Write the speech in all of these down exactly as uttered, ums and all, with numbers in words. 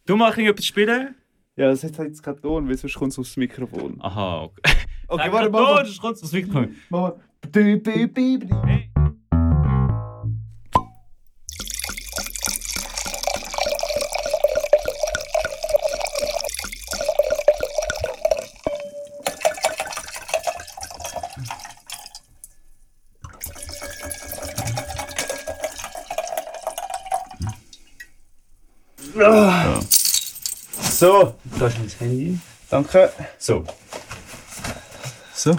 Du machst etwas spielen? Ja, das hat jetzt keinen Ton, weil sonst kommt es aufs Mikrofon. Aha, okay. Okay, Sag warte, keinen mach Ton, mal. sonst kommt es aufs Mikrofon. Mach mal. Bi- bi- bi- bi- Hey. Ah. So, Da ist mein Handy. danke. So. So,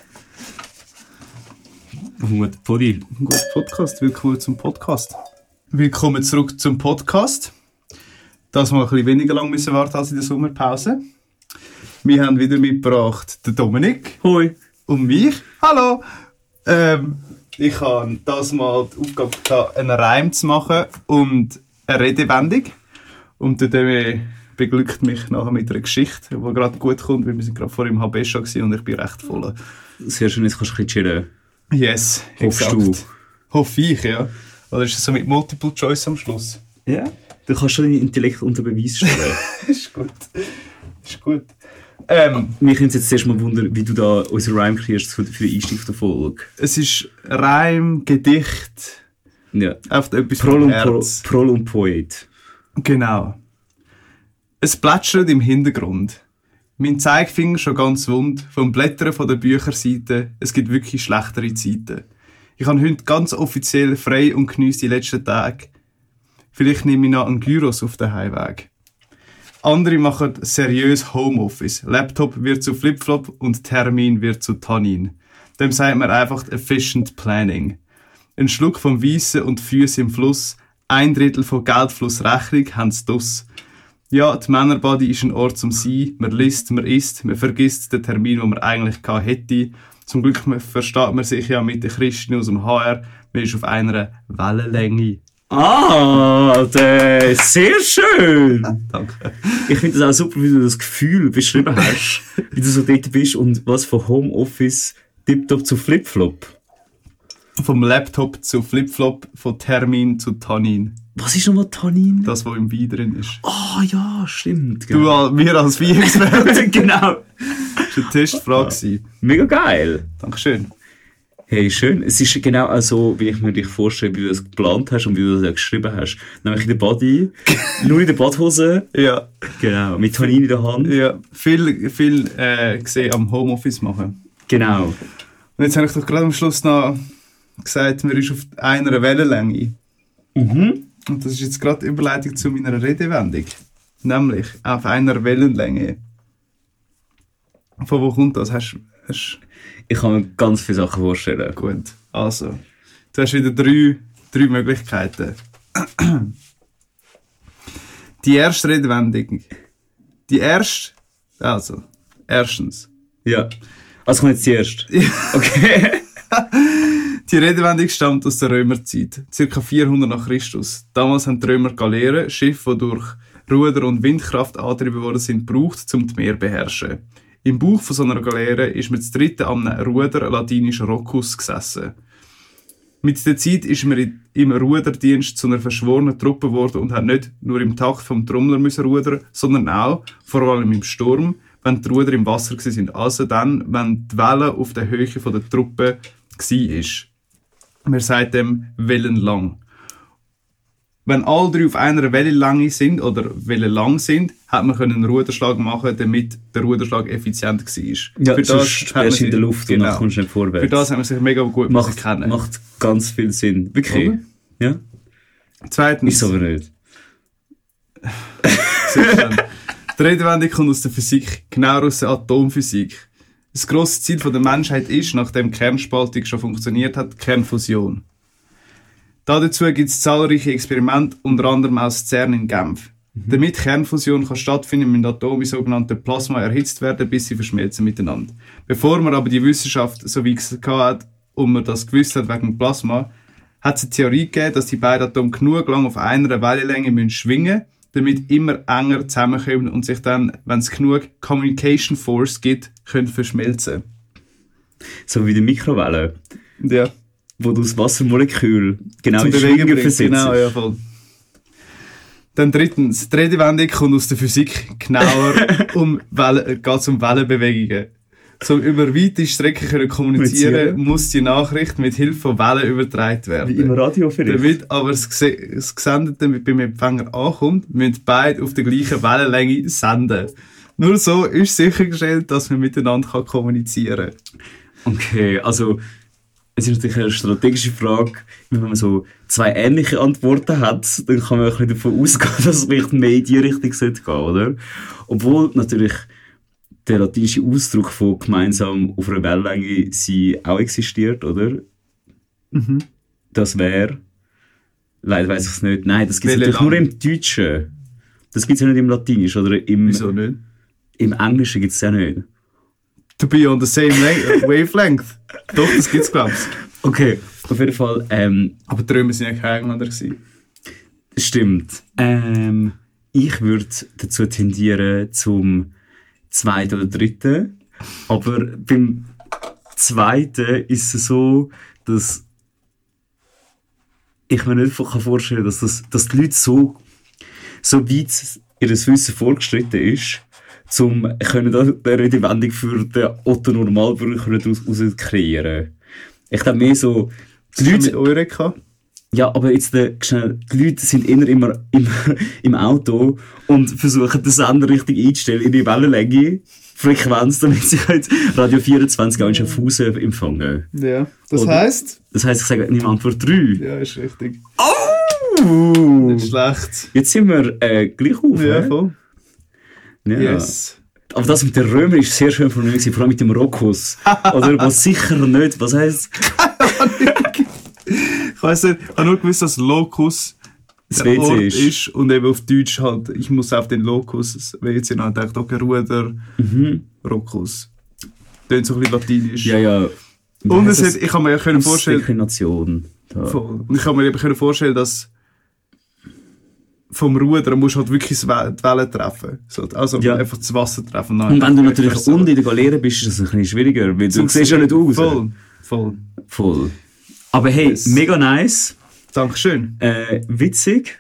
Gut, Podi. ein guter Podcast. Willkommen zum Podcast. Willkommen zurück zum Podcast. Das mal ein bisschen weniger lang müssen warten als in der Sommerpause. Wir haben wieder mitgebracht den Dominik. Hoi. Und mich. Hallo! Ähm, ich habe das mal die Aufgabe gehabt, einen Reim zu machen und eine Redewendung. Und der Demi beglückt mich nachher mit einer Geschichte, die gerade gut kommt, weil wir sind gerade vor im H B schon gewesen und ich bin recht voll. Sehr schön, jetzt kannst du ein bisschen chillen. Yes, Hoffst exakt. du? Hoffe ich, ja. Oder ist es so mit Multiple Choice am Schluss? Ja? Du kannst schon deinen Intellekt unter Beweis stellen. Ist gut. Ist gut. Ähm, Mich nimmt jetzt zuerst mal Wunder, wie du da unseren Rhyme kriegst für für den Einstieg der Folge. es ist Reim, Gedicht, Ja. einfach etwas Prol vom und, Pro, Herz. Prol und Poet. Genau. Es plätschert im Hintergrund. Mein Zeigefinger schon ganz wund, vom Blättern von der Bücherseite, es gibt wirklich schlechtere Zeiten. Ich habe heute ganz offiziell frei und geniesse die letzten Tage. Vielleicht nehme ich noch einen Gyros auf den Heimweg. Andere machen seriös Homeoffice. Laptop wird zu Flipflop und Termin wird zu Tannin. Dem sagt man einfach Efficient Planning. Ein Schluck vom Weissen und Füße im Fluss, ein Drittel von Geldflussrechnung haben's dus. Ja, die Männerbody ist ein Ort zum Sein. Man liest, man isst, man vergisst den Termin, den man eigentlich gehabt hätte. Zum Glück versteht man sich ja mit der Christin aus dem H R. Man ist auf einer Wellenlänge. Ah, der ist sehr schön. Danke. Ich finde das auch super, wie du das Gefühl beschrieben hast, wie du so dort bist und was von Homeoffice tiptop zu Flipflop. Vom Laptop zu Flipflop, von Termin zu Tannin. Was ist nochmal Tannin? Das, was im Wein drin ist. Ah, ja, stimmt. Du, al- wir als Wein-Experte. Genau. Das war eine Testfrage. gewesen. Mega geil. Dankeschön. Hey, schön. Es ist genau auch so, wie ich mir dich vorstelle, wie du das geplant hast und wie du das auch geschrieben hast. Nämlich in der Body, nur in der Badhose. Ja, Genau. Mit Tannin in der Hand. ja. Viel, viel äh, gesehen am Homeoffice machen. Genau. Und jetzt habe ich doch gerade am Schluss noch gesagt, man ist auf einer Wellenlänge. Mhm. Und das ist jetzt gerade die Überleitung zu meiner Redewendung. Nämlich auf einer Wellenlänge. Von wo kommt das? Hast, hast Ich kann mir ganz viele Sachen vorstellen. gut. Also, du hast wieder drei, drei Möglichkeiten. Die erste Redewendung. Die erste, also, erstens. Ja. Also kommt jetzt zuerst. Okay. Die Redewendung stammt aus der Römerzeit, ca. vierhundert nach Christus. Damals haben die Römer Galeeren, Schiffe, die durch Ruder und Windkraft angetrieben worden sind, gebraucht, um das Meer zu beherrschen. Im Bauch von so einer Galeere ist man das dritte am Ruder, latinisch Rocus, gesessen. Mit der Zeit ist man im Ruderdienst zu einer verschworenen Truppe geworden und hat nicht nur im Takt vom Trommler müssen rudern, sondern auch, vor allem im Sturm, wenn die Ruder im Wasser waren. Also dann, wenn die Welle auf der Höhe von der Truppe war. Man sagt dem wellenlang. Wenn alle drei auf einer Wellenlänge sind oder wellenlang sind, hat man einen Ruderschlag machen, damit der Ruderschlag effizient war. Ja, Für sonst hat man wärst du in der sich- Luft und genau. dann kommst du nicht vorwärts. Für das haben wir sich mega gut macht, kennen. macht ganz viel Sinn. Wirklich? Oder? Ja? Zweitens, Ist aber nicht. die Redewendung kommt aus der Physik, genau aus der Atomphysik. Das grosse Ziel der Menschheit ist, nachdem Kernspaltung schon funktioniert hat, Kernfusion. Dazu gibt es zahlreiche Experimente, unter anderem aus CERN in Genf. Mhm. Damit Kernfusion kann stattfinden, müssen Atome sogenannte Plasma erhitzt werden, bis sie verschmelzen miteinander. Bevor man aber die Wissenschaft so wie es hat und man das gewusst hat wegen dem Plasma, hat es eine Theorie gegeben, dass die beiden Atome genug lang auf einer Wellenlänge müssen schwingen, damit immer enger zusammenkommen und sich dann, wenn es genug Communication Force gibt, können verschmelzen. So wie die Mikrowelle, Ja. wo du das Wassermolekül genau Zum in Bewegen Schwingen bringt. versetzt. Genau, ja, voll. Dann drittens, die Redewendung kommt aus der Physik genauer um Wellen, geht's um Wellenbewegungen. Um über weite Strecken können kommunizieren, muss die Nachricht mit Hilfe von Wellen übertragen werden. Wie im Radio vielleicht. Damit aber das, Gese- das Gesendete beim Empfänger ankommt, müssen beide auf der gleichen Wellenlänge senden. Nur so ist sichergestellt, dass man miteinander kann kommunizieren kann. Okay, also es ist natürlich eine strategische Frage. Wenn man so zwei ähnliche Antworten hat, dann kann man ein bisschen davon ausgehen, dass es vielleicht mehr in die Richtung gehen sollte, oder? Obwohl natürlich der latinische Ausdruck von gemeinsam auf einer Wellenlänge sein auch existiert, oder? Mhm. Das wäre... Leider weiss ich es nicht. Nein, das gibt es Welche natürlich nur lang? im Deutschen. Das gibt es ja nicht im Latinischen, oder? Im, Wieso nicht? Im Englischen gibt es ja nicht. To be on the same la- wavelength. Doch, das gibt's, glaube ich. Okay, auf jeden Fall... Ähm, Aber die Römer sind ja keine Engländer gewesen. Stimmt. Ähm, ich würde dazu tendieren zum zweiten oder dritten. Aber beim zweiten ist es so, dass ich mir nicht vorstellen kann, dass, das, dass die Leute so, so weit ihr Wissen vorgeschritten ist, um eine Redewendung für den Otto Normalbürger daraus zu kreieren. Ich glaube mehr so... Die Leute Leute, mit Eureka. ja, aber jetzt, äh, schnell, die Leute sind immer, immer im, im Auto und versuchen, den Sender richtig einzustellen, in die Wellenlänge, Frequenz, damit sie halt Radio vierundzwanzig auch in Schaffhausen empfangen. Ja. Das Oder? heisst? Das heisst, ich sage nicht Antwort drei. Ja, ist richtig. Oh! Nicht schlecht. Jetzt sind wir äh, gleich auf, Ja, hä? voll. Ja. Yes. Aber das mit den Römern ist sehr schön von mir gewesen, vor allem mit dem Rokus. Oder was sicher nicht, was heisst? Ich weiss nicht, ich habe nur gewusst, dass Locus Das der W C Ort ist. ist. Und eben auf Deutsch halt, ich muss auf den Locus, das W C, und dachte, okay, Ruder, Mhm. Rocus. Tönt so ein bisschen latinisch. Ja, ja. Und es heisst hat, ich kann mir ja können vorstellen, Deklination. Da. voll. Und ich kann mir eben können vorstellen, dass vom Ruder musst du halt wirklich das We- die Wellen treffen. So, also Ja. einfach das Wasser treffen. Und wenn du natürlich unten in der Galeere bist, ist das ein bisschen schwieriger, weil du siehst ja nicht aus. Voll, voll. Voll. Aber hey, Yes. mega nice, Dankeschön. äh, witzig.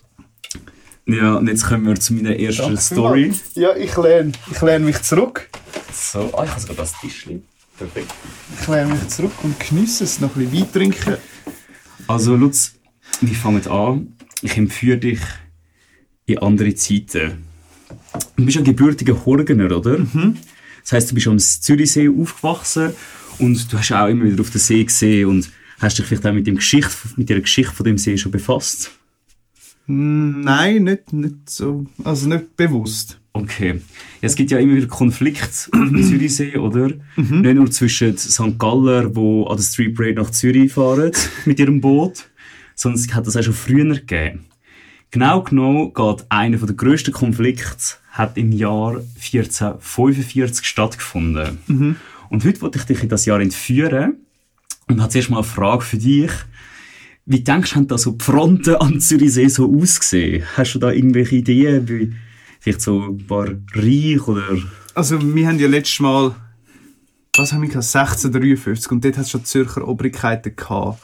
Ja, und jetzt kommen wir zu meiner ersten Danke Story. vielmals. Ja, ich lehne, ich lehne mich zurück. So, ah, ich habe sogar das Tischchen. Perfekt. Ich lehne mich zurück und geniesse es, noch ein bisschen Wein trinken. Also Lutz, wir fangen an. Ich empfehle dich in andere Zeiten. Du bist ein gebürtiger Horgener, oder? Mhm. Das heisst, du bist am Zürichsee aufgewachsen und du hast auch immer wieder auf den See gesehen und hast dich vielleicht auch mit, dem Geschichte, mit der Geschichte von dem See schon befasst? Mm, Nein, nicht, nicht so. Also nicht bewusst. Okay. Ja, es gibt ja immer wieder Konflikte auf dem Zürichsee, oder? Mhm. Nicht nur zwischen Sankt Galler, die an der Street Parade nach Zürich fahren mit ihrem Boot, sondern es hat das auch schon früher gegeben. Genau genommen geht einer der grössten Konflikte hat im Jahr vierzehnhundertfünfundvierzig stattgefunden. Mhm. Und heute wollte ich dich in das Jahr entführen und habe zuerst mal eine Frage für dich. Wie denkst du, haben da so die Fronten am Zürichsee so ausgesehen? Hast du da irgendwelche Ideen, wie vielleicht so ein paar Reich oder... Also wir haben ja letztes Mal, was haben wir gehabt, sechzehnhundertdreiundfünfzig, und dort hat es schon Zürcher Obrigkeiten gehabt.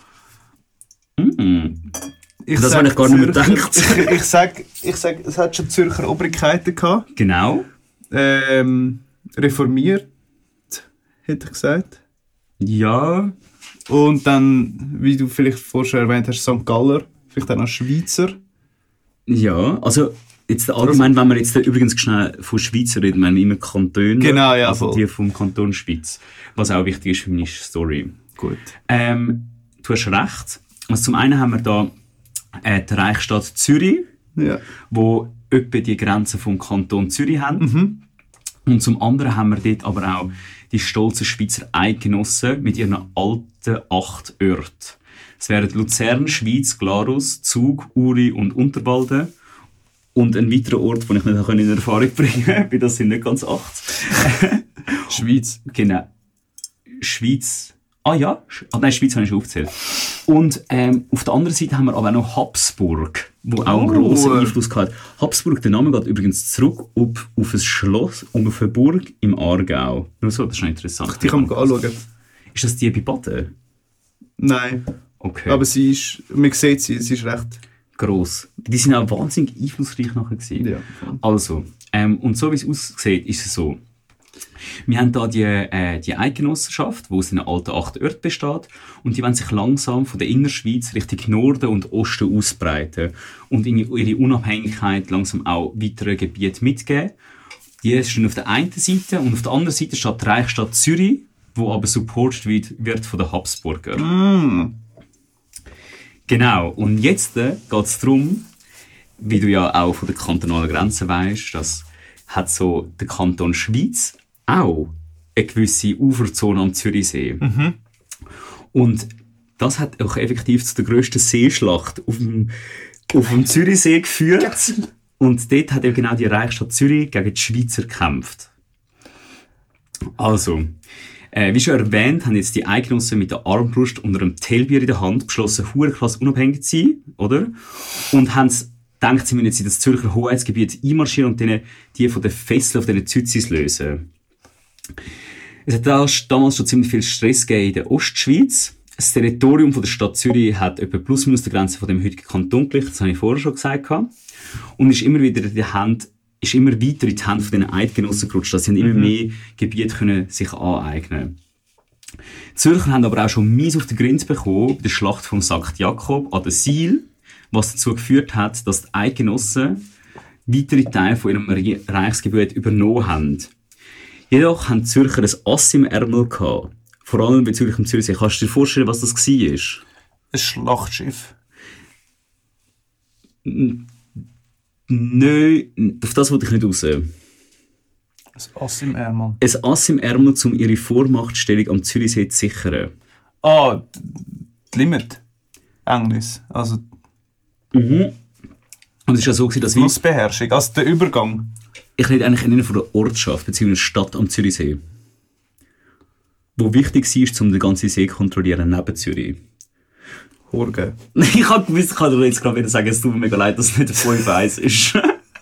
Mm. Ich Das sag, habe ich gar nicht mehr Zürcher- gedacht. Ich, ich sag, ich sag, es hat schon Zürcher Obrigkeiten gehabt. Genau. Ähm, reformiert, hätte ich gesagt. Ja. Und dann, wie du vielleicht vorher schon erwähnt hast, Sankt Galler, vielleicht auch noch Schweizer. Ja, also jetzt allgemein, wenn wir jetzt übrigens schnell von Schweizer reden, meinen wir immer Kantone. Genau, ja, Also voll. die vom Kanton Schweiz. Was auch wichtig ist für meine Story. Gut. Ähm, du hast recht. Also zum einen haben wir da äh, die Reichsstadt Zürich, Ja. wo etwa die Grenzen vom Kanton Zürich haben. Mhm. Und zum anderen haben wir dort aber auch die stolzen Schweizer Eidgenossen mit ihren alten acht Orten. Es wären Luzern, Schwyz, Glarus, Zug, Uri und Unterwalden. Und ein weiterer Ort, den ich nicht in Erfahrung bringen konnte, weil das sind nicht ganz acht. Schweiz. Genau. Schweiz. Ah ja, Sch- ah, nein, Schweiz habe ich schon aufgezählt. Und ähm, auf der anderen Seite haben wir aber auch noch Habsburg, wo auch einen Oh. grossen Einfluss hat. Habsburg, der Name geht übrigens zurück auf, auf ein Schloss und auf eine Burg im Aargau. Nur so, das ist noch interessant. Die kann man anschauen. Ist das die bei Baden? Nein. Okay. Aber sie ist, man sieht sie, sie ist recht gross. Die sind auch wahnsinnig einflussreich nachher gewesen. Ja. Also, ähm, und so wie es aussieht, ist es so. Wir haben da die, äh, die Eidgenossenschaft, die aus den alten acht Orten besteht, und die wollen sich langsam von der Innerschweiz Richtung Norden und Osten ausbreiten und ihre Unabhängigkeit langsam auch weiteren Gebieten mitgeben. Die stehen auf der einen Seite, und auf der anderen Seite steht die Reichsstadt Zürich, wo aber supported wird, wird von den Habsburger. Mm. Genau, und jetzt äh, geht es darum, wie du ja auch von der kantonalen Grenze weisst, dass hat so der Kanton Schweiz auch eine gewisse Uferzone am Zürichsee. Mhm. Und das hat auch effektiv zu der grössten Seeschlacht auf dem, auf dem Zürichsee geführt. Und dort hat eben genau die Reichsstadt Zürich gegen die Schweizer gekämpft. Also, äh, wie schon erwähnt, haben jetzt die Eidgenossen mit der Armbrust unter einem Tellbier in der Hand beschlossen, verdammt unabhängig zu sein, oder? Und haben gedacht, sie müssen jetzt in das Zürcher Hoheitsgebiet einmarschieren und denen die von den Fesseln auf diesen Zützis lösen. Es hat damals schon ziemlich viel Stress gegeben in der Ostschweiz. Das Territorium von der Stadt Zürich hat etwa plus minus die Grenze von dem heutigen Kanton gelegt, das habe ich vorher schon gesagt. Und ist immer wieder in die Hand, ist immer weiter in die Hände von den Eidgenossen gerutscht, dass sie immer mhm. mehr Gebiete können sich aneignen. Die Zürcher haben aber auch schon mies auf den Grind bekommen bei der Schlacht von Sankt Jakob an der Siel, was dazu geführt hat, dass die Eidgenossen weitere Teile von ihrem Reichsgebiet übernommen haben. Jedoch haben die Zürcher ein Ass im Ärmel gehabt. Vor allem bei Zürich im Zürichsee. Kannst du dir vorstellen, was das war? Ein Schlachtschiff. Nein, auf das wollte ich nicht raus. Ein Ass im Ärmel. Ein Ass im Ärmel, um ihre Vormachtstellung am Zürichsee zu sichern. Ah, die Limit. Englisch. Also mhm. Und es war ja so, dass wir... Flussbeherrschung, also der Übergang. Ich rede eigentlich nicht von der Ortschaft bzw. Stadt am Zürichsee. Wo wichtig war, um den ganzen See zu kontrollieren, neben Zürich. Horgen. Ich habe gewusst, ich kann dir jetzt gerade wieder sagen, es tut mir mega leid, dass es nicht der fünf eins ist.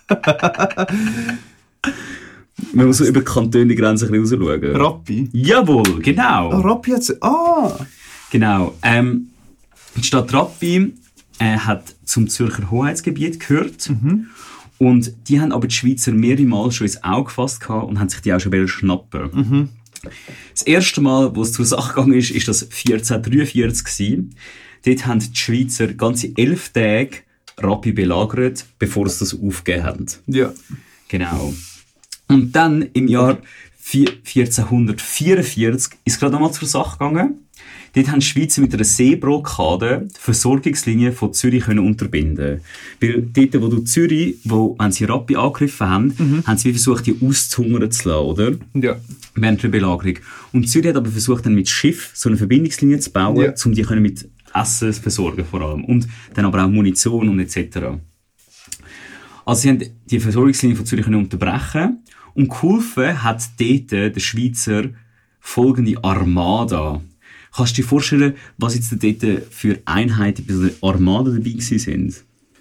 Man muss so über die Kantone die Grenze ein bisschen rausschauen. Rappi? Jawohl, genau. Ah, Rappi hat sie... Ah! Genau. Ähm, die Stadt Rappi äh, hat zum Zürcher Hoheitsgebiet gehört. Mhm. Und die haben aber die Schweizer mehrere Mal schon ins Auge gefasst und haben sich die auch schon schnappen. Mhm. Das erste Mal, wo es zur Sache gegangen ist, ist das vierzehnhundertdreiundvierzig gewesen. Dort haben die Schweizer ganze elf Tage Rappi belagert, bevor sie das aufgegeben haben. Ja. Genau. Und dann im Jahr vierzehnhundertvierundvierzig ist es gerade einmal zur Sache gegangen. Dort haben die Schweizer mit einer Seeblockade die Versorgungslinie von Zürich können unterbinden. Weil dort, wo du Zürich, wo, wenn sie Rappi angegriffen haben, mhm. haben sie versucht, die auszuhungern zu lassen, oder? Ja. Während der Belagerung. Und Zürich hat aber versucht, dann mit Schiff so eine Verbindungslinie zu bauen, ja. um die können mit Essen zu versorgen vor allem. Und dann aber auch Munition und et cetera. Also sie haben die Versorgungslinie von Zürich können unterbrechen. Und geholfen hat dort der Schweizer folgende Armada. Kannst du dir vorstellen, was jetzt dort für Einheiten bei der Armada dabei gewesen sind?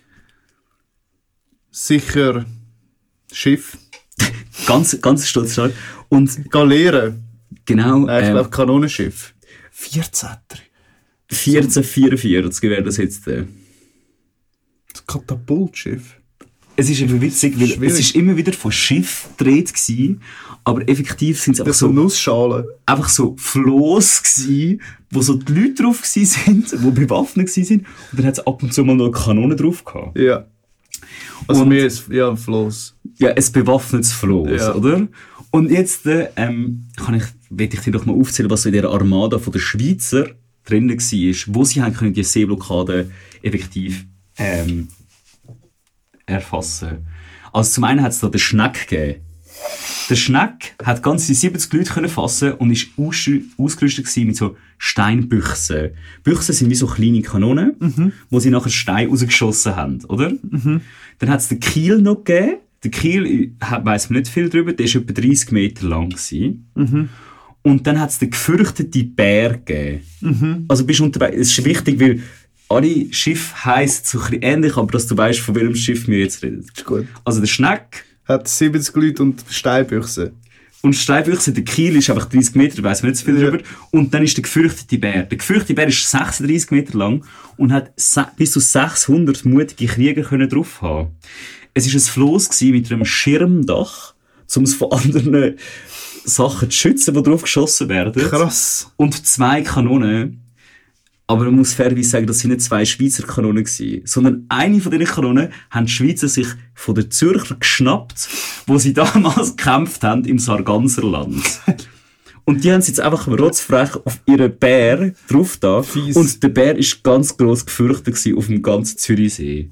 Sicher Schiff. ganz, ganz stolz stark. Und Galeeren. Genau. Nein, ich ähm, glaube Kanonenschiff. vierzehner. vierzehnhundertvierundvierzig wäre das jetzt. Äh. Das Katapultschiff. Es ist einfach witzig, weil Schwierig. es ist immer wieder von Schiff gedreht gewesen, aber effektiv sind es einfach so Nussschalen. Einfach so Floß gewesen, wo so die Leute drauf gewesen sind, die bewaffnet gewesen sind, und dann hat es ab und zu mal noch eine Kanone drauf gehabt. Ja. Also und, mehr ist, ja, ein Floß. Ja, ein bewaffnetes Floß, ja. oder? Und jetzt, ähm, kann ich, will ich dir doch mal aufzählen, was so in dieser Armada von der Schweizer drin war, wo sie haben können die Seeblockade effektiv, ähm, erfassen. Also zum einen hat es da den Schneck gegeben. Der Schneck hat ganze siebzig Leute können fassen und ist aus, ausgerüstet mit so Steinbüchsen. Büchsen sind wie so kleine Kanonen, mhm. wo sie nachher Steine rausgeschossen haben, oder? Mhm. Dann hat es den Kiel noch gegeben. Der Kiel, weiss man nicht viel drüber, der war etwa dreissig Meter lang gewesen. Mhm. Und dann hat es den gefürchteten Bär gegeben. Mhm. Also bist du unterwegs. Es ist wichtig, weil alle Schiffe heisst so ein bisschen ähnlich, aber dass du weißt, von welchem Schiff wir jetzt reden. Ist gut. Also der Schneck hat siebzig Leute und Steinbüchse. Und Steinbüchse, der Kiel ist einfach dreißig Meter, weiss man nicht so viel Ja. drüber. Und dann ist der gefürchtete Bär. Der gefürchtete Bär ist sechsunddreißig Meter lang und hat se- bis zu sechshundert mutige Krieger können drauf haben. Es war ein Floss gewesen mit einem Schirmdach, um es von anderen Sachen zu schützen, die drauf geschossen werden. Krass. Und zwei Kanonen. Aber man muss fairerweise sagen, das sind nicht zwei Schweizer Kanonen gewesen, sondern eine von diesen Kanonen haben die Schweizer sich von den Zürcher geschnappt, wo sie damals gekämpft haben im Sarganserland. Und die haben sie jetzt einfach rotzfrech auf ihren Bär drauf da. Fies. Und der Bär ist ganz gross gefürchtet gewesen auf dem ganzen Zürichsee.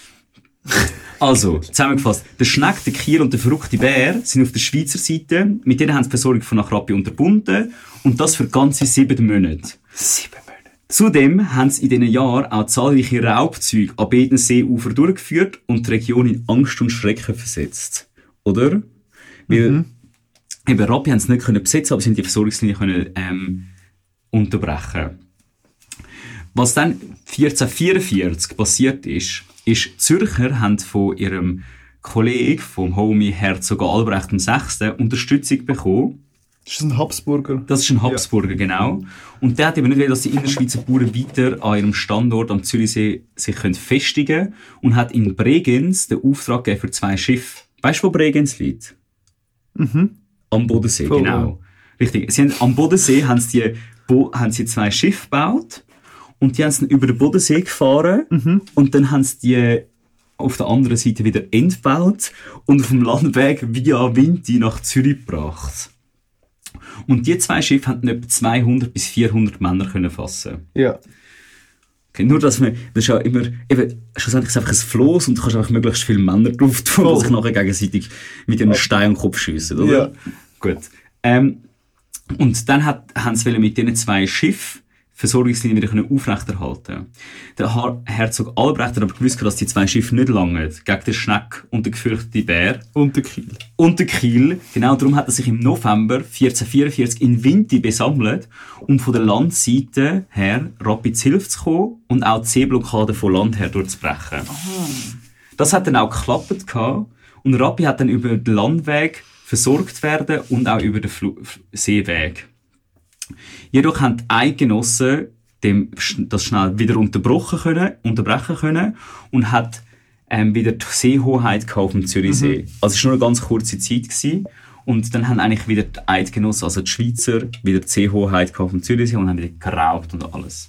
Also, zusammengefasst, der Schneck, der Kiel und der verrückte Bär sind auf der Schweizer Seite. Mit denen haben sie die Versorgung von Nachrappi unterbunden. Und das für ganze sieben Monate. Sieben Monate. Zudem haben sie in diesen Jahren auch zahlreiche Raubzüge an beiden Seeufern durchgeführt und die Region in Angst und Schrecken versetzt. Oder? Weil, Mhm. eben, Rappi haben sie nicht können besetzen, aber sie haben die Versorgungslinie können, ähm, unterbrechen. Was dann vierzehnhundertvierundvierzig passiert ist, ist, die Zürcher haben von ihrem Kollegen, vom Homie Herzog Albrecht der Sechste, Unterstützung bekommen. Ist das ein Habsburger? Das ist ein Habsburger, genau. Und der hat eben nicht wollen, dass die Innerschweizer Bauern weiter an ihrem Standort am Zürichsee sich können festigen können und hat in Bregenz den Auftrag gegeben für zwei Schiffe. Weißt du, wo Bregenz liegt? Mhm. Am Bodensee, Voll, genau. Richtig. Sie haben, am Bodensee haben sie, die, Bo- haben sie zwei Schiffe gebaut und die haben sie dann über den Bodensee gefahren Mhm. und dann haben sie die auf der anderen Seite wieder entbaut und auf dem Landweg via Vinti nach Zürich gebracht. Und die zwei Schiffe haben etwa zweihundert bis vierhundert Männer können fassen. Ja. Okay, nur, dass man, das ist ja immer, eben, schlussendlich ist es einfach ein Floss und du kannst einfach möglichst viele Männer drauf tun, die Voll. sich nachher gegenseitig mit einem Stein am Kopf schiessen, oder? Ja. Gut. Ähm, und dann hat, haben sie mit diesen zwei Schiffen Versorgungslinie wieder können aufrechterhalten. Der Har- Herzog Albrecht hat aber gewusst, dass die zwei Schiffe nicht langen gegen den Schneck und den gefürchteten Bär. Und der Kiel. Und der Kiel. Genau darum hat er sich im November vierzehnhundertvierundvierzig in Vinti besammelt, um von der Landseite her Rappi zu Hilfe zu kommen und auch die Seeblockade von Land her durchzubrechen. Das hat dann auch geklappt gehabt, und Rappi hat dann über den Landweg versorgt werden und auch über den Flu- Seeweg. Jedoch haben die Eidgenossen dem, das schnell wieder unterbrochen können, unterbrechen können und hat ähm, wieder die Seehoheit gehabt auf dem Zürichsee. Mhm. Also es war nur eine ganz kurze Zeit gewesen. Und dann haben eigentlich wieder die Eidgenossen, also die Schweizer, wieder die Seehoheit gehabt auf dem Zürichsee und haben wieder geraubt und alles.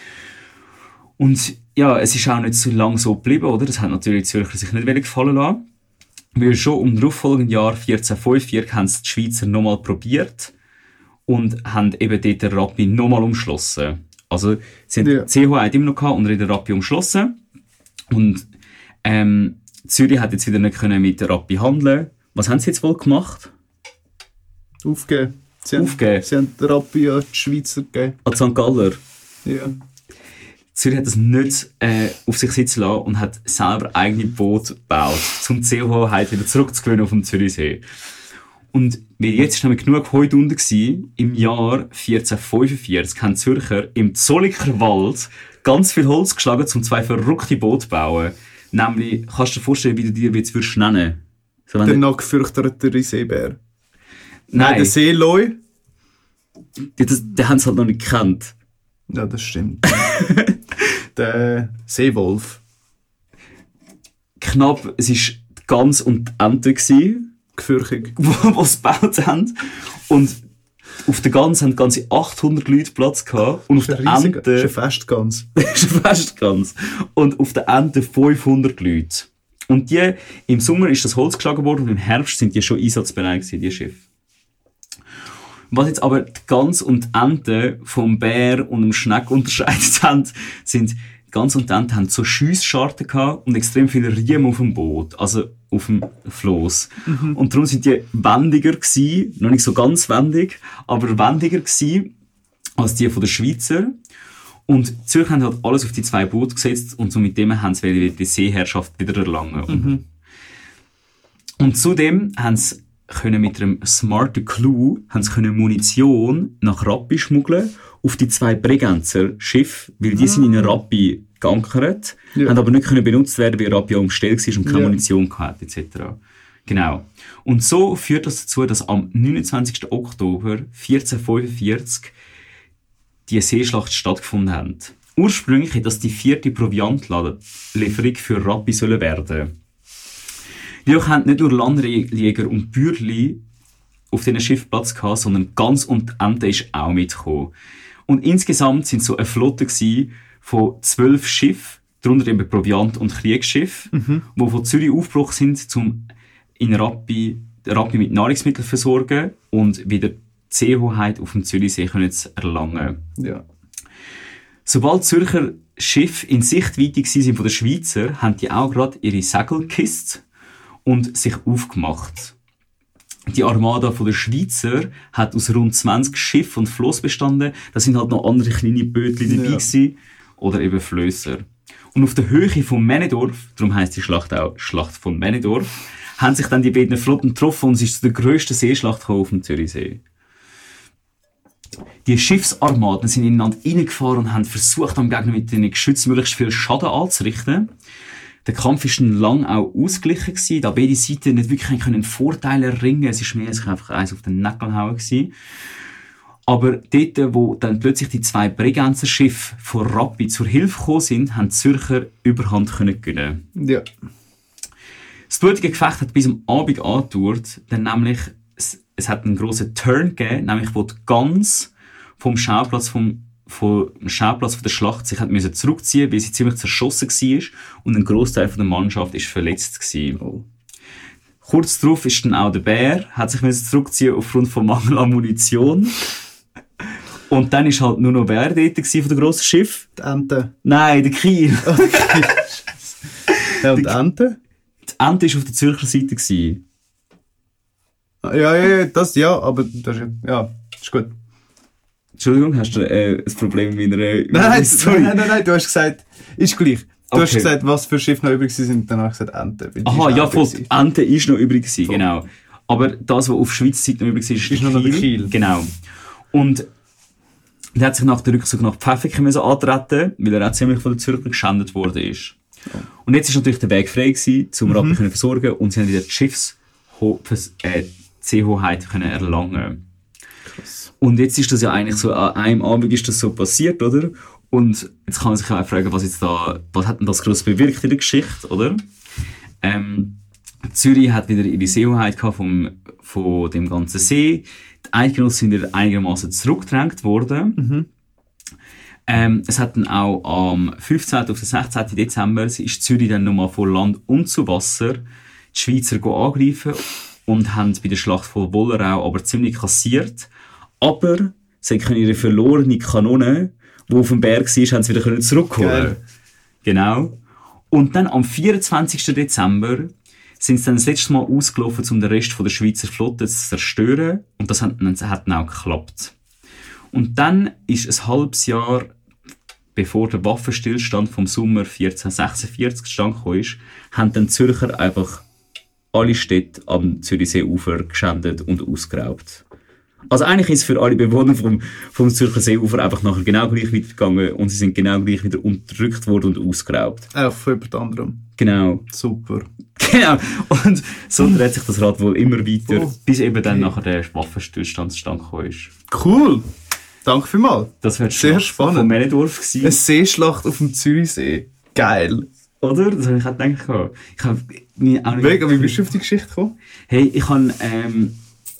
Und ja, es ist auch nicht so lange so geblieben, oder? Das hat natürlich die Zürcher sich nicht gefallen lassen. Weil schon im darauffolgenden Jahr vierzehnhundertfünfundvierzig haben es die Schweizer nochmal probiert und haben eben dort den Rappi nochmal umschlossen. Also, sie haben Ja. die Seehoheit immer noch gehabt und den Rappi umschlossen. Und, ähm, Zürich hat jetzt wieder nicht können mit der Rappi handeln. Was haben sie jetzt wohl gemacht? Aufgeben. Sie haben, Aufgeben. Sie haben den Rappi an die Schweizer gegeben. An Sankt Galler. Ja. Zürich hat das nicht äh, auf sich sitzen lassen und hat selber eigene Boote gebaut, um die Seehoheit wieder zurückzugewinnen auf dem Zürichsee. Und weil jetzt ist nämlich genug Heu unten gewesen, im Jahr vierzehnhundertfünfundvierzig haben die Zürcher im Zolliker Wald ganz viel Holz geschlagen, um zwei verrückte Boote zu bauen. Nämlich, kannst du dir vorstellen, wie du dir jetzt würdest nennen? So, wenn Der du- nachgefürchtete Seebär. Nein, Nein, der Seeloi. die, das, die haben es halt noch nicht gekannt. Ja, das stimmt. Der Seewolf. Knapp, es war die Gans und die Ente gewesen, Gefürchig. die es gebaut haben. Und auf der Gans haben ganze achthundert Leute Platz gehabt. Und auf der Riesig. Das ist eine Ente... Festgans. Das ist eine Festgans. Und auf der Ente fünfhundert Leute. Und die, im Sommer ist das Holz geschlagen worden und im Herbst sind die schon einsatzbereit gewesen, die Schiffe. Was jetzt aber die Gans und die Ente vom Bär und dem Schneck unterscheidet haben, sind, die Gans und die Ente haben so Schiessscharten gehabt und extrem viele Riemen auf dem Boot, also auf dem Floss. Mhm. Und darum sind die wendiger gewesen, noch nicht so ganz wendig, aber wendiger gewesen als die von der Schweizer. Und die Zürcher haben halt alles auf die zwei Boote gesetzt und so mit dem haben sie wieder die Seeherrschaft wieder erlangen. Mhm. Und zudem haben sie können mit einem smarten Clou haben sie können Munition nach Rappi schmuggeln auf die zwei Bregenzer Schiffe, weil die sind in einer Rappi geankert, Ja. haben aber nicht können benutzt werden, weil Rappi auch umstellt war und keine Ja. Munition hatte, et cetera. Genau. Und so führt das dazu, dass am neunundzwanzigsten Oktober vierzehnhundertfünfundvierzig die Seeschlacht stattgefunden hat. Ursprünglich hätte das die vierte Proviantlieferung für Rappi sollen werden. Jedoch haben nicht nur Landjäger und Bürli auf diesen Schiff Platz gehabt, sondern ganz und Ente ist auch mitgekommen. Und insgesamt sind so eine Flotte von zwölf Schiffen, darunter eben Proviant- und Kriegsschiffe, mhm. die von Zürich aufgebrochen sind, um in Rappi, Rappi mit Nahrungsmitteln zu versorgen und wieder die Seehoheit auf dem Zürichsee können zu erlangen. Ja. Sobald Zürcher Schiffe in Sichtweite waren von den Schweizer, haben die auch gerade ihre Segel gekisst und sich aufgemacht. Die Armada der Schweizer hat aus rund zwanzig Schiffen und Floss bestanden. Da sind halt noch andere kleine Bötchen dabei gewesen, oder eben Flösser. Und auf der Höhe von Männedorf, darum heisst die Schlacht auch Schlacht von Männedorf, haben sich dann die beiden Flotten getroffen und es ist zu der grössten Seeschlacht auf dem Zürichsee. Die Schiffsarmaden sind ineinander reingefahren und haben versucht, am Gegner mit den Geschützen möglichst viel Schaden anzurichten. Der Kampf war dann lang auch ausgeglichen gewesen, da beide Seiten nicht wirklich einen Vorteil erringen. Es war mehr sich einfach eins auf den Nägel hauen gewesen. Aber dort, wo dann plötzlich die zwei Bregenzer Schiffe von Rappi zur Hilfe gekommen sind, haben die Zürcher Überhand können gewinnen. Ja. Das blutige Gefecht hat bis am Abend angedauert, denn nämlich es, es hat einen grossen Turn gegeben, nämlich wo die Gans vom Schauplatz vom vom Schauplatz von der Schlacht sich hat müssen zurückziehen, weil sie ziemlich zerschossen war und ein Grossteil der Mannschaft ist verletzt war. Oh. Kurz darauf ist dann auch der Bär, hat sich müssen zurückziehen aufgrund von Mangel an Munition. Und dann war halt nur noch Bär dort von dem grossen Schiff. Die Ente. Nein, der Kiel. Oh, der Kiel. Ja, und die Ente? Die Ente war auf der Zürcher Seite. Ja, ja, ja, das ja, aber das ist, ja, ist gut. Entschuldigung, hast du äh, ein Problem mit meiner nein, nein, nein, nein, nein, du hast gesagt, ist gleich. Du okay. hast gesagt, was für Schiffe noch übrig sind, und dann habe ich gesagt Ente. Aha, ja, voll, die Ente ist noch übrig gewesen, so. Genau. Aber das, was auf Schweizer Seite noch übrig war, ist, ist noch der Kiel. Genau. Und der hat sich nach der Rückzug nach Pfäffiken antreten, weil er auch ziemlich von den Zürcher geschändet worden ist. Oh. Und jetzt war natürlich der Weg frei gewesen, um mhm. Rappi zu versorgen, und sie haben wieder die Schiffs- äh, die Seehoheit können erlangen. Krass. Und jetzt ist das ja eigentlich so, an einem Abend ist das so passiert, oder? Und jetzt kann man sich auch fragen, was jetzt da, was hat denn das gross bewirkt in der Geschichte, oder? Ähm, Zürich hat wieder ihre Seehoheit gehabt vom, von dem ganzen See. Die Eidgenossen sind wieder einigermaßen zurückgedrängt worden. Mhm. Ähm, es hat dann auch am fünfzehnten auf den sechzehnten Dezember ist Zürich dann nochmal von Land und zu Wasser die Schweizer angegriffen und haben bei der Schlacht von Wollerau aber ziemlich kassiert. Aber sie können ihre verlorene Kanone, die auf dem Berg war, haben sie wieder zurückholen. Geil. Genau. Und dann am vierundzwanzigsten Dezember sind sie dann das letzte Mal ausgelaufen, um den Rest der Schweizer Flotte zu zerstören. Und das hat, hat dann auch geklappt. Und dann ist ein halbes Jahr, bevor der Waffenstillstand vom Sommer vierzehnhundertsechsundvierzig zustande gekommen ist, haben dann die Zürcher einfach alle Städte am Zürichseeufer geschändet und ausgeraubt. Also eigentlich ist es für alle Bewohner vom, vom Zürcher Seeufer einfach nachher genau gleich weitergegangen und sie sind genau gleich wieder unterdrückt worden und ausgeraubt. Auch von jemand anderem. Genau. Super. Genau. Und so dreht sich das Rad wohl immer weiter, oh, bis eben dann okay. nachher der Waffenstillstand zustande gekommen ist. Cool. Danke vielmals. Das wäre sehr spannend. Von Männedorf gewesen. Eine Seeschlacht auf dem Zürichsee. Geil. Oder? Das habe ich auch gedacht. Ich habe auch nicht Mega, wie bist du auf die Geschichte gekommen? Hey, ich habe, ähm,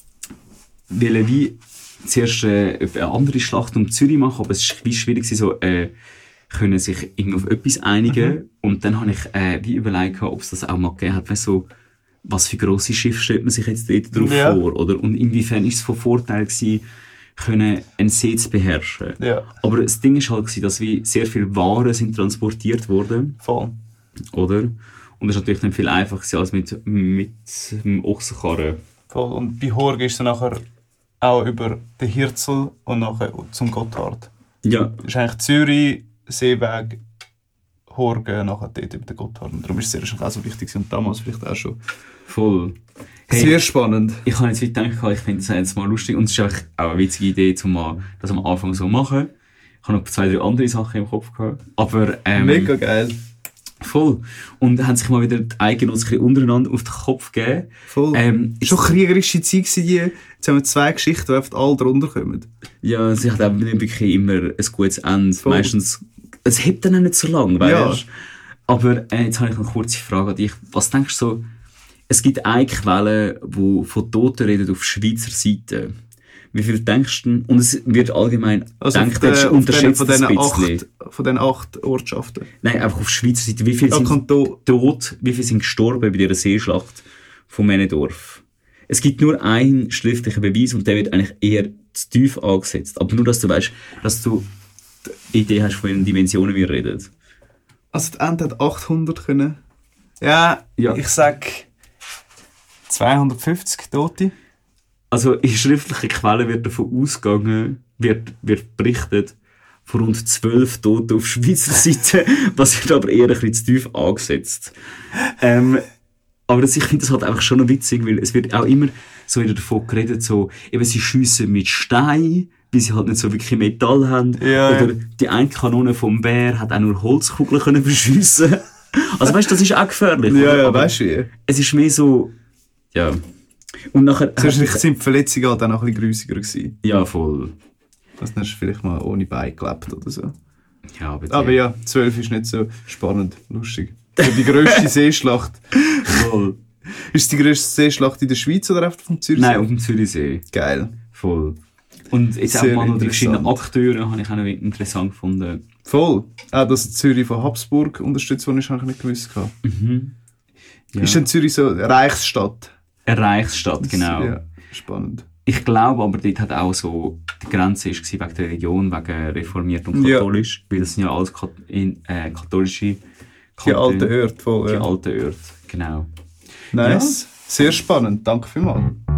wollte wie zuerst äh, eine andere Schlacht um Zürich machen, aber es war wie schwierig, so, äh, können sich irgendwie auf etwas einigen. Mhm. Und dann habe ich äh, wie überlegt, ob es das auch mal gegeben hat, weißt, so, was für grosse Schiffe stellt man sich jetzt dort drauf ja. vor, oder? Und inwiefern ist es von Vorteil gewesen, können einen See zu beherrschen. Ja. Aber das Ding war halt, dass wie sehr viele Waren sind transportiert wurden. Voll. Oder? Und das ist natürlich dann viel einfacher als mit, mit dem Ochsenkarren. Voll. Und bei Horg ist es nachher auch über den Hirzel und nachher zum Gotthard. Ja. Das ist eigentlich Zürich, Seeweg, Horgen, nachher dort über den Gotthard. Und darum ist es sehr auch so wichtig und damals vielleicht auch schon. Voll. Hey, sehr spannend. Ich habe jetzt gedacht, ich finde es jetzt mal lustig und es ist auch eine witzige Idee, um das am Anfang so zu machen. Ich habe noch zwei, drei andere Sachen im Kopf gehabt. Aber, ähm, mega geil. Voll. Und haben sich mal wieder die Eidgenossen ein bisschen untereinander auf den Kopf gegeben. Voll. Ähm, Schon kriegerische Zeit gewesen, die. Jetzt haben wir zwei Geschichten, die einfach alle drunter kommen. Ja, sie hat eben nicht wirklich immer ein gutes Ende. Voll. Meistens, es hebt dann auch nicht so lange, weißt Ja. du? Aber äh, jetzt habe ich noch eine kurze Frage an dich. Was denkst du so, es gibt eine Quelle, die von Toten redet auf Schweizer Seite. Wie viel denkst du, und es wird allgemein Also gedacht, auf das den- auf unterschätzt den- ein von bisschen. diesen acht, von den acht Ortschaften. Nein, einfach auf Schweizer Seite. Wie viele Ja, sind Kanton. tot, wie viele sind gestorben bei dieser Seeschlacht von Männendorf? Es gibt nur einen schriftlichen Beweis und der wird eigentlich eher zu tief angesetzt. Aber nur, dass du weißt, dass du die Idee hast, von welchen Dimensionen wir reden. Also die Ente hat achthundert können. Ja, Ja. ich sag zweihundertfünfzig Tote. Also in schriftlichen Quellen wird davon ausgegangen, wird, wird berichtet, von rund zwölf Toten auf Schweizer Seite, was wird aber eher ein bisschen zu tief angesetzt. Ähm, aber das, ich finde das halt einfach schon noch witzig, weil es wird auch immer so wieder davon geredet, so, eben sie schiessen mit Stein, weil sie halt nicht so wirklich Metall haben. Ja, Oder ja. die eine Kanone vom Bär hat auch nur Holzkugeln können verschiessen. Also weißt du, das ist auch gefährlich. Ja, oder? ja, Aber weißt du wie? es ist mehr so, ja. Und nachher... Zuerst sind die Verletzungen halt auch noch ein bisschen grusiger gewesen. Ja, voll. Also dann hast du vielleicht mal ohne Bein gelebt oder so. Ja, aber, Aber ja, zwölf ist nicht so spannend, lustig. Für die grösste Seeschlacht. Voll. Ist es die grösste Seeschlacht in der Schweiz oder einfach vom Zürichsee? Nein, auf dem Zürichsee. Geil. Voll. Und jetzt Sehr auch mal noch die verschiedenen interessant. Akteure habe ich auch noch interessant gefunden. Voll. Auch, dass Zürich von Habsburg unterstützt worden ist, habe ich nicht gewusst. gehabt. Ja. Ist denn Zürich so eine Reichsstadt? Eine Reichsstadt, genau. Ja, spannend. Ich glaube aber, dort hat auch so, die Grenze ist gewesen wegen der Religion, wegen reformiert und Ja. katholisch, weil das sind ja alles Kat in, äh, katholische Die Kantone. alte Hört voll. Die Ja. alte Ort, genau. Nice. Sehr spannend. Danke vielmals.